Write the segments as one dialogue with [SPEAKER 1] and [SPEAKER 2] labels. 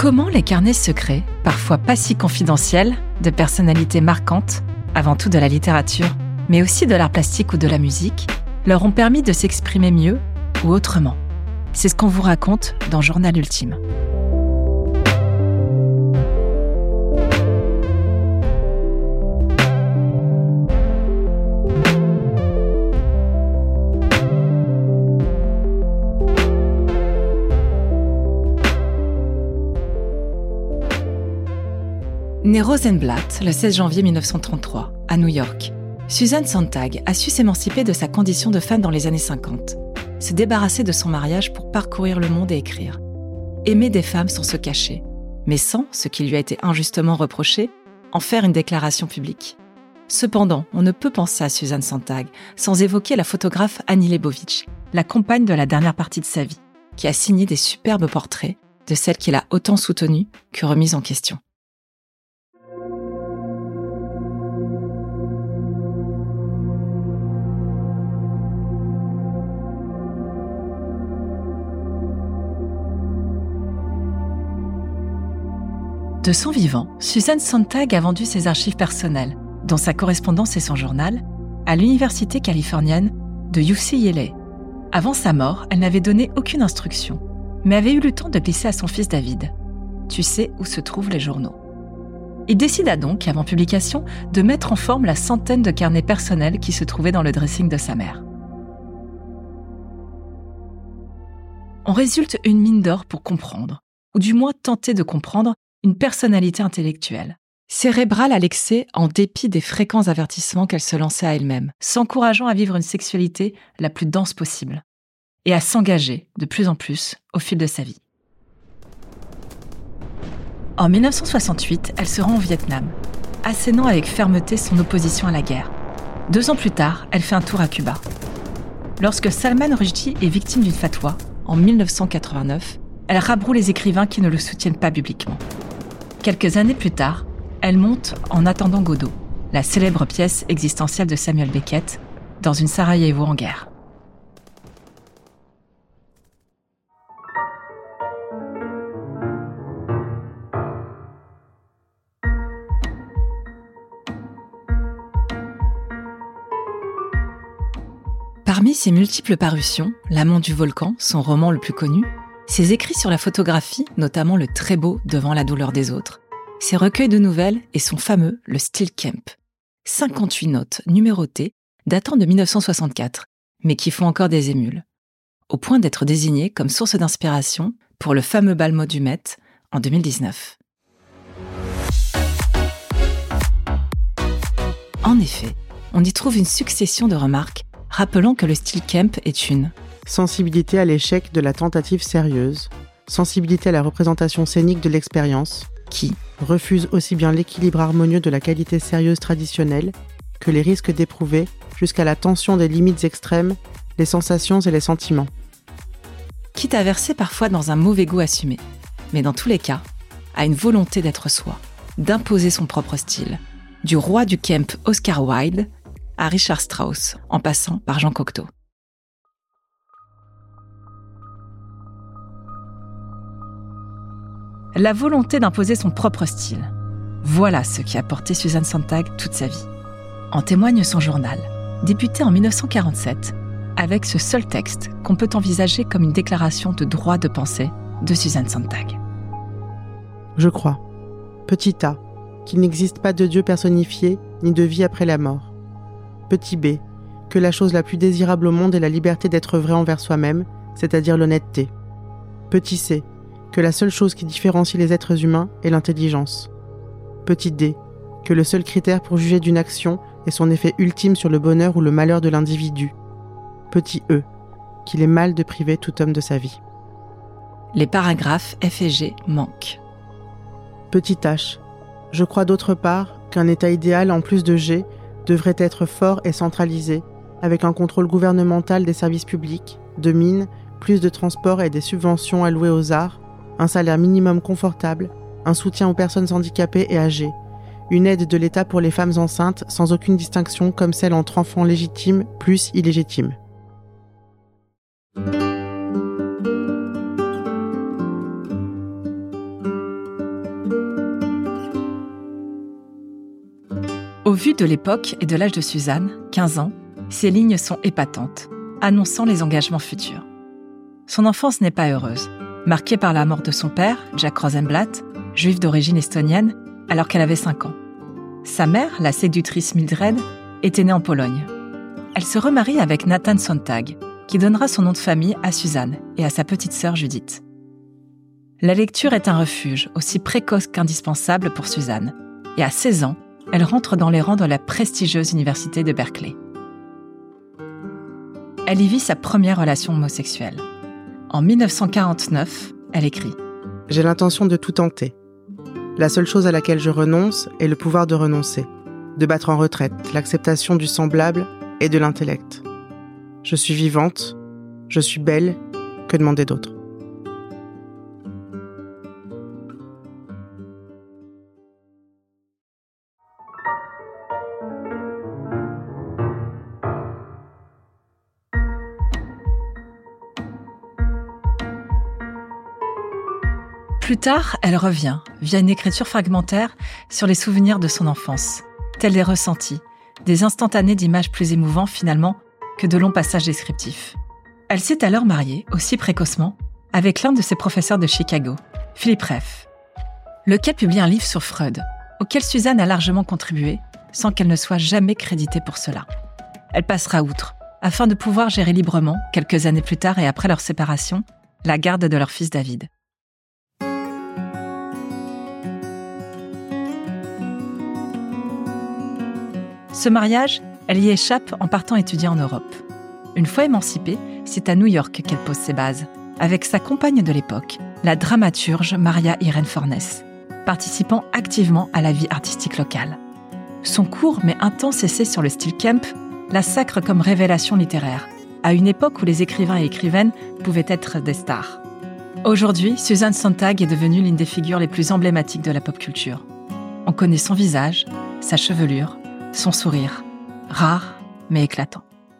[SPEAKER 1] Comment les carnets secrets, parfois pas si confidentiels, de personnalités marquantes, avant tout de la littérature, mais aussi de l'art plastique ou de la musique, leur ont permis de s'exprimer mieux ou autrement? C'est ce qu'on vous raconte dans Journal Ultime. Née Rosenblatt le 16 janvier 1933, à New York, Susan Sontag a su s'émanciper de sa condition de femme dans les années 50, se débarrasser de son mariage pour parcourir le monde et écrire. Aimer des femmes sans se cacher, mais sans, ce qui lui a été injustement reproché, en faire une déclaration publique. Cependant, on ne peut penser à Susan Sontag sans évoquer la photographe Annie Leibovitch, la compagne de la dernière partie de sa vie, qui a signé des superbes portraits de celle qu'il a autant soutenue que remise en question. De son vivant, Susan Sontag a vendu ses archives personnelles, dont sa correspondance et son journal, à l'université californienne de UCLA. Avant sa mort, elle n'avait donné aucune instruction, mais avait eu le temps de glisser à son fils David « Tu sais où se trouvent les journaux ». Il décida donc, avant publication, de mettre en forme la centaine de carnets personnels qui se trouvaient dans le dressing de sa mère. En résulte une mine d'or pour comprendre, ou du moins tenter de comprendre, une personnalité intellectuelle, cérébrale à l'excès en dépit des fréquents avertissements qu'elle se lançait à elle-même, s'encourageant à vivre une sexualité la plus dense possible et à s'engager de plus en plus au fil de sa vie. En 1968, elle se rend au Vietnam, assénant avec fermeté son opposition à la guerre. 2 ans plus tard, elle fait un tour à Cuba. Lorsque Salman Rushdie est victime d'une fatwa, en 1989, elle rabroue les écrivains qui ne le soutiennent pas publiquement. Quelques années plus tard, elle monte En attendant Godot, la célèbre pièce existentielle de Samuel Beckett, dans une Sarajevo en guerre. Parmi ses multiples parutions, L'amant du volcan, son roman le plus connu, ses écrits sur la photographie, notamment le très beau Devant la douleur des autres, ses recueils de nouvelles et son fameux Le Steel Camp. 58 notes numérotées datant de 1964, mais qui font encore des émules, au point d'être désignées comme source d'inspiration pour le fameux bal Maud Humet en 2019. En effet, on y trouve une succession de remarques rappelant que le Steel Camp est une
[SPEAKER 2] sensibilité à l'échec de la tentative sérieuse, sensibilité à la représentation scénique de l'expérience,
[SPEAKER 1] qui
[SPEAKER 2] refuse aussi bien l'équilibre harmonieux de la qualité sérieuse traditionnelle que les risques d'éprouver, jusqu'à la tension des limites extrêmes, les sensations et les sentiments.
[SPEAKER 1] Quitte à verser parfois dans un mauvais goût assumé, mais dans tous les cas, à une volonté d'être soi, d'imposer son propre style, du roi du camp Oscar Wilde à Richard Strauss, en passant par Jean Cocteau. La volonté d'imposer son propre style. Voilà ce qui a porté Susan Sontag toute sa vie. En témoigne son journal, débuté en 1947, avec ce seul texte qu'on peut envisager comme une déclaration de droit de pensée de Susan Sontag.
[SPEAKER 2] Je crois, petit a, qu'il n'existe pas de Dieu personnifié ni de vie après la mort. Petit b, que la chose la plus désirable au monde est la liberté d'être vrai envers soi-même, c'est-à-dire l'honnêteté. Petit c, que la seule chose qui différencie les êtres humains est l'intelligence. Petit d, que le seul critère pour juger d'une action est son effet ultime sur le bonheur ou le malheur de l'individu. Petit e, qu'il est mal de priver tout homme de sa vie.
[SPEAKER 1] Les paragraphes F et G manquent.
[SPEAKER 2] Petit h, je crois d'autre part qu'un état idéal en plus de G devrait être fort et centralisé, avec un contrôle gouvernemental des services publics, de mines, plus de transports et des subventions allouées aux arts, un salaire minimum confortable, un soutien aux personnes handicapées et âgées, une aide de l'État pour les femmes enceintes sans aucune distinction comme celle entre enfants légitimes plus illégitimes.
[SPEAKER 1] vu de l'époque et de l'âge de Suzanne, 15 ans, ces lignes sont épatantes, annonçant les engagements futurs. Son enfance n'est pas heureuse, marquée par la mort de son père, Jack Rosenblatt, juif d'origine estonienne, alors qu'elle avait 5 ans. Sa mère, la séductrice Mildred, était née en Pologne. Elle se remarie avec Nathan Sontag, qui donnera son nom de famille à Suzanne et à sa petite sœur Judith. La lecture est un refuge aussi précoce qu'indispensable pour Suzanne, et à 16 ans, elle rentre dans les rangs de la prestigieuse université de Berkeley. Elle y vit sa première relation homosexuelle. En 1949, elle écrit
[SPEAKER 2] « J'ai l'intention de tout tenter. La seule chose à laquelle je renonce est le pouvoir de renoncer, de battre en retraite l'acceptation du semblable et de l'intellect. Je suis vivante, je suis belle, que demander d'autre ?»
[SPEAKER 1] Plus tard, elle revient, via une écriture fragmentaire, sur les souvenirs de son enfance, tels des ressentis, des instantanés d'images plus émouvants finalement que de longs passages descriptifs. Elle s'est alors mariée, aussi précocement, avec l'un de ses professeurs de Chicago, Philippe Reff, lequel publie un livre sur Freud, auquel Suzanne a largement contribué, sans qu'elle ne soit jamais créditée pour cela. Elle passera outre, afin de pouvoir gérer librement, quelques années plus tard et après leur séparation, la garde de leur fils David. Ce mariage, elle y échappe en partant étudier en Europe. Une fois émancipée, c'est à New York qu'elle pose ses bases, avec sa compagne de l'époque, la dramaturge Maria Irene Fornes, participant activement à la vie artistique locale. Son court mais intense essai sur le style camp la sacre comme révélation littéraire, à une époque où les écrivains et écrivaines pouvaient être des stars. Aujourd'hui, Susan Sontag est devenue l'une des figures les plus emblématiques de la pop culture. On connaît son visage, sa chevelure, son sourire, rare mais éclatant.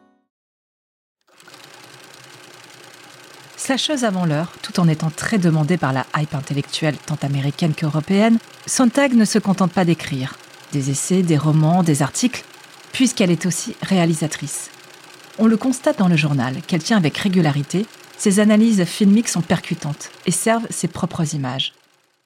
[SPEAKER 1] Slasheuse avant l'heure, tout en étant très demandée par la hype intellectuelle tant américaine qu'européenne, Sontag ne se contente pas d'écrire des essais, des romans, des articles, puisqu'elle est aussi réalisatrice. On le constate dans le journal, qu'elle tient avec régularité, ses analyses filmiques sont percutantes et servent ses propres images.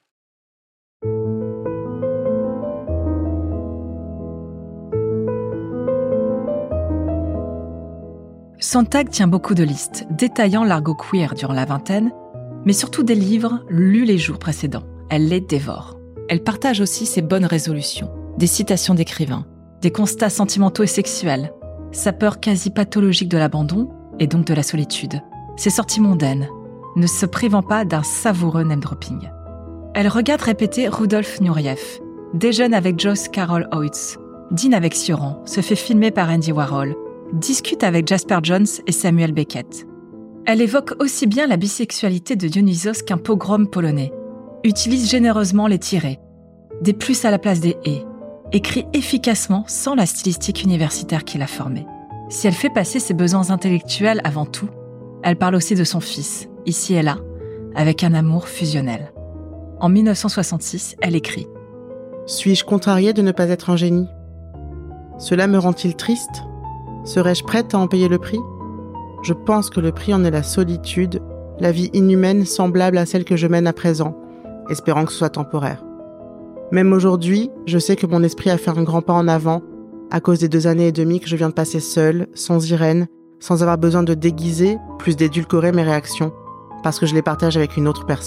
[SPEAKER 1] Sontag tient beaucoup de listes, détaillant l'argot queer durant la vingtaine, mais surtout des livres lus les jours précédents. Elle les dévore. Elle partage aussi ses bonnes résolutions, des citations d'écrivains, des constats sentimentaux et sexuels, sa peur quasi pathologique de l'abandon et donc de la solitude, ses sorties mondaines, ne se privant pas d'un savoureux name-dropping. Elle regarde répéter Rudolf Nureyev, déjeune avec Joyce Carol Oates, dîne avec Sioran, se fait filmer par Andy Warhol, discute avec Jasper Johns et Samuel Beckett. Elle évoque aussi bien la bisexualité de Dionysos qu'un pogrom polonais, utilise généreusement les tirets, des plus à la place des et, écrit efficacement sans la stylistique universitaire qui l'a formée. Si elle fait passer ses besoins intellectuels avant tout, elle parle aussi de son fils, ici et là, avec un amour fusionnel. En 1966, elle écrit «
[SPEAKER 2] Suis-je contrariée de ne pas être un génie ? Cela me rend-il triste ? Serais-je prête à en payer le prix ? Je pense que le prix en est la solitude, la vie inhumaine semblable à celle que je mène à présent, espérant que ce soit temporaire. Même aujourd'hui, je sais que mon esprit a fait un grand pas en avant, à cause des 2 années et demie que je viens de passer seule, sans Irène, sans avoir besoin de déguiser, plus d'édulcorer mes réactions, parce que je les partage avec une autre personne. »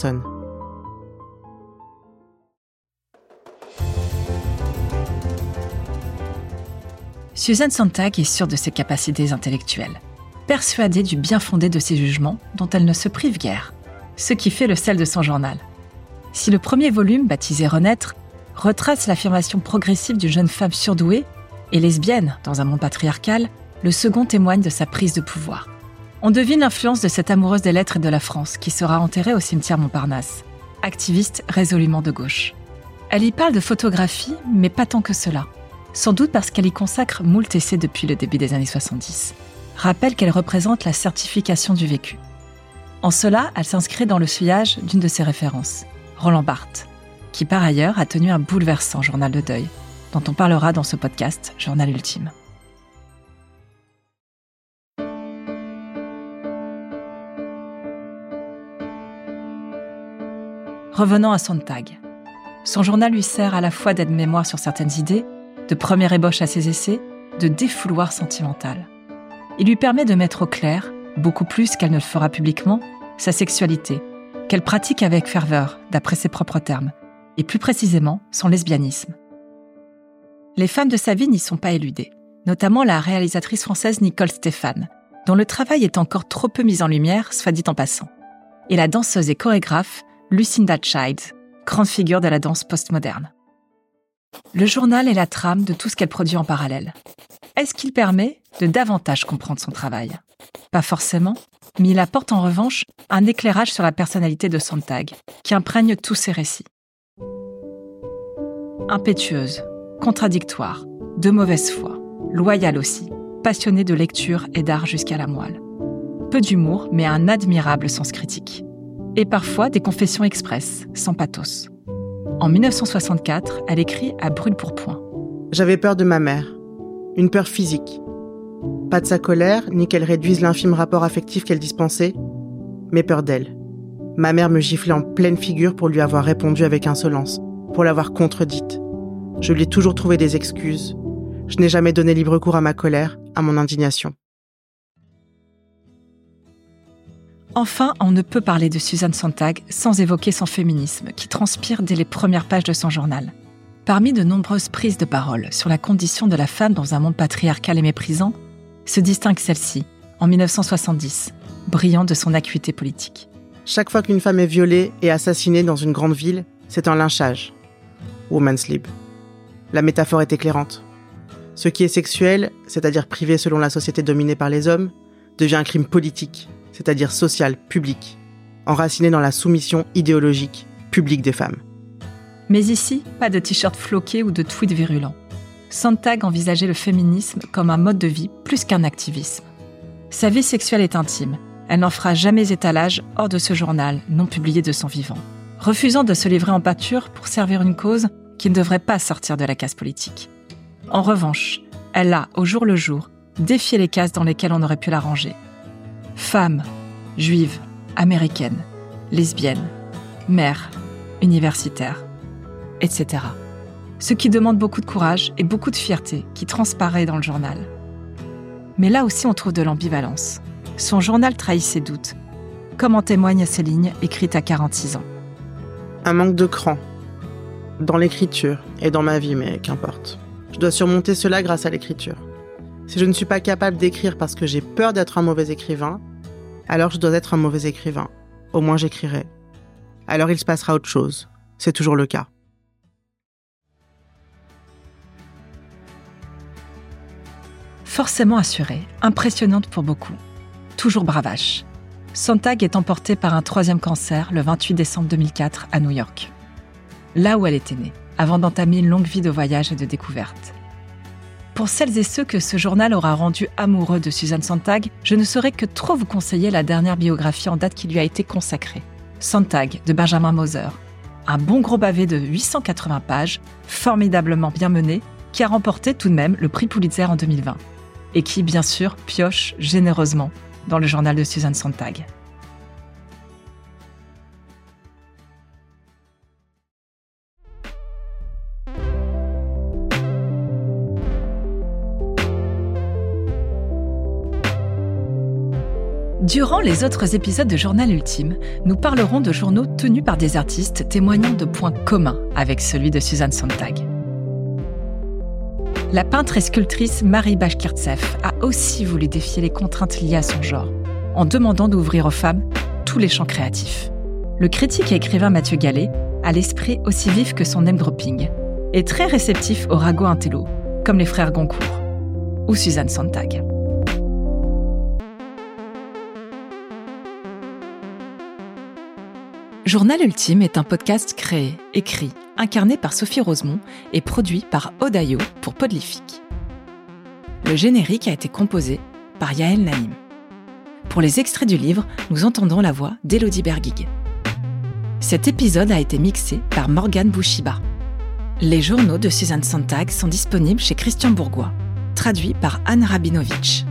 [SPEAKER 1] Susan Sontag est sûre de ses capacités intellectuelles, persuadée du bien fondé de ses jugements dont elle ne se prive guère, ce qui fait le sel de son journal. Si le premier volume, baptisé Renaître, retrace l'affirmation progressive d'une jeune femme surdouée et lesbienne dans un monde patriarcal, le second témoigne de sa prise de pouvoir. On devine l'influence de cette amoureuse des lettres et de la France qui sera enterrée au cimetière Montparnasse, activiste résolument de gauche. Elle y parle de photographie, mais pas tant que cela. Sans doute parce qu'elle y consacre moult essais depuis le début des années 70. Rappelle qu'elle représente la certification du vécu. En cela, elle s'inscrit dans le sillage d'une de ses références, Roland Barthes, qui par ailleurs a tenu un bouleversant journal de deuil, dont on parlera dans ce podcast Journal Ultime. Revenons à Sontag. Son journal lui sert à la fois d'aide-mémoire sur certaines idées, de première ébauche à ses essais, de défouloir sentimental. Il lui permet de mettre au clair, beaucoup plus qu'elle ne le fera publiquement, sa sexualité, qu'elle pratique avec ferveur, d'après ses propres termes, et plus précisément son lesbianisme. Les femmes de sa vie n'y sont pas éludées, notamment la réalisatrice française Nicole Stéphane, dont le travail est encore trop peu mis en lumière, soit dit en passant, et la danseuse et chorégraphe Lucinda Childs, grande figure de la danse postmoderne. Le journal est la trame de tout ce qu'elle produit en parallèle. Est-ce qu'il permet de davantage comprendre son travail ? Pas forcément, mais il apporte en revanche un éclairage sur la personnalité de Sontag, qui imprègne tous ses récits. Impétueuse, contradictoire, de mauvaise foi, loyale aussi, passionnée de lecture et d'art jusqu'à la moelle. Peu d'humour, mais un admirable sens critique. Et parfois des confessions expresses, sans pathos. En 1964, elle écrit à brûle-pourpoint.
[SPEAKER 2] J'avais peur de ma mère. Une peur physique. Pas de sa colère, ni qu'elle réduise l'infime rapport affectif qu'elle dispensait, mais peur d'elle. Ma mère me giflait en pleine figure pour lui avoir répondu avec insolence, pour l'avoir contredite. Je lui ai toujours trouvé des excuses. Je n'ai jamais donné libre cours à ma colère, à mon indignation.
[SPEAKER 1] Enfin, on ne peut parler de Susan Sontag sans évoquer son féminisme, qui transpire dès les premières pages de son journal. Parmi de nombreuses prises de parole sur la condition de la femme dans un monde patriarcal et méprisant, se distingue celle-ci, en 1970, brillante de son acuité politique.
[SPEAKER 2] Chaque fois qu'une femme est violée et assassinée dans une grande ville, c'est un lynchage. Woman's Lib. La métaphore est éclairante. Ce qui est sexuel, c'est-à-dire privé selon la société dominée par les hommes, devient un crime politique, c'est-à-dire social, public, enraciné dans la soumission idéologique, publique des femmes.
[SPEAKER 1] Mais ici, pas de t-shirt floqué ou de tweets virulents. Sontag envisageait le féminisme comme un mode de vie plus qu'un activisme. Sa vie sexuelle est intime. Elle n'en fera jamais étalage hors de ce journal, non publié de son vivant, refusant de se livrer en pâture pour servir une cause qui ne devrait pas sortir de la case politique. En revanche, elle a, au jour le jour, défié les cases dans lesquelles on aurait pu la ranger. Femme, juive, américaine, lesbienne, mère, universitaire, etc. Ce qui demande beaucoup de courage et beaucoup de fierté qui transparaît dans le journal. Mais là aussi on trouve de l'ambivalence. Son journal trahit ses doutes, comme en témoignent ces lignes écrites à 46 ans.
[SPEAKER 2] Un manque de cran, dans l'écriture et dans ma vie, mais qu'importe. Je dois surmonter cela grâce à l'écriture. Si je ne suis pas capable d'écrire parce que j'ai peur d'être un mauvais écrivain, alors je dois être un mauvais écrivain. Au moins j'écrirai. Alors il se passera autre chose. C'est toujours le cas.
[SPEAKER 1] Forcément assurée, impressionnante pour beaucoup. Toujours bravache. Sontag est emportée par un 3e cancer le 28 décembre 2004 à New York. Là où elle était née, avant d'entamer une longue vie de voyage et de découverte. Pour celles et ceux que ce journal aura rendu amoureux de Susan Sontag, je ne saurais que trop vous conseiller la dernière biographie en date qui lui a été consacrée, Sontag de Benjamin Moser. Un bon gros bavé de 880 pages, formidablement bien mené, qui a remporté tout de même le prix Pulitzer en 2020. Et qui, bien sûr, pioche généreusement dans le journal de Susan Sontag. Durant les autres épisodes de Journal Ultime, nous parlerons de journaux tenus par des artistes témoignant de points communs avec celui de Susan Sontag. La peintre et sculptrice Marie Bashkirtseff a aussi voulu défier les contraintes liées à son genre, en demandant d'ouvrir aux femmes tous les champs créatifs. Le critique et écrivain Mathieu Gallet a l'esprit aussi vif que son name-dropping, et très réceptif au ragot intello, comme les frères Goncourt ou Susan Sontag. Journal Ultime est un podcast créé, écrit, incarné par Sophie Rosemont et produit par Odayo pour Podlific. Le générique a été composé par Yael Naïm. Pour les extraits du livre, nous entendons la voix d'Élodie Berguig. Cet épisode a été mixé par Morgane Bouchiba. Les journaux de Suzanne Sontag sont disponibles chez Christian Bourgois, traduit par Anne Rabinovitch.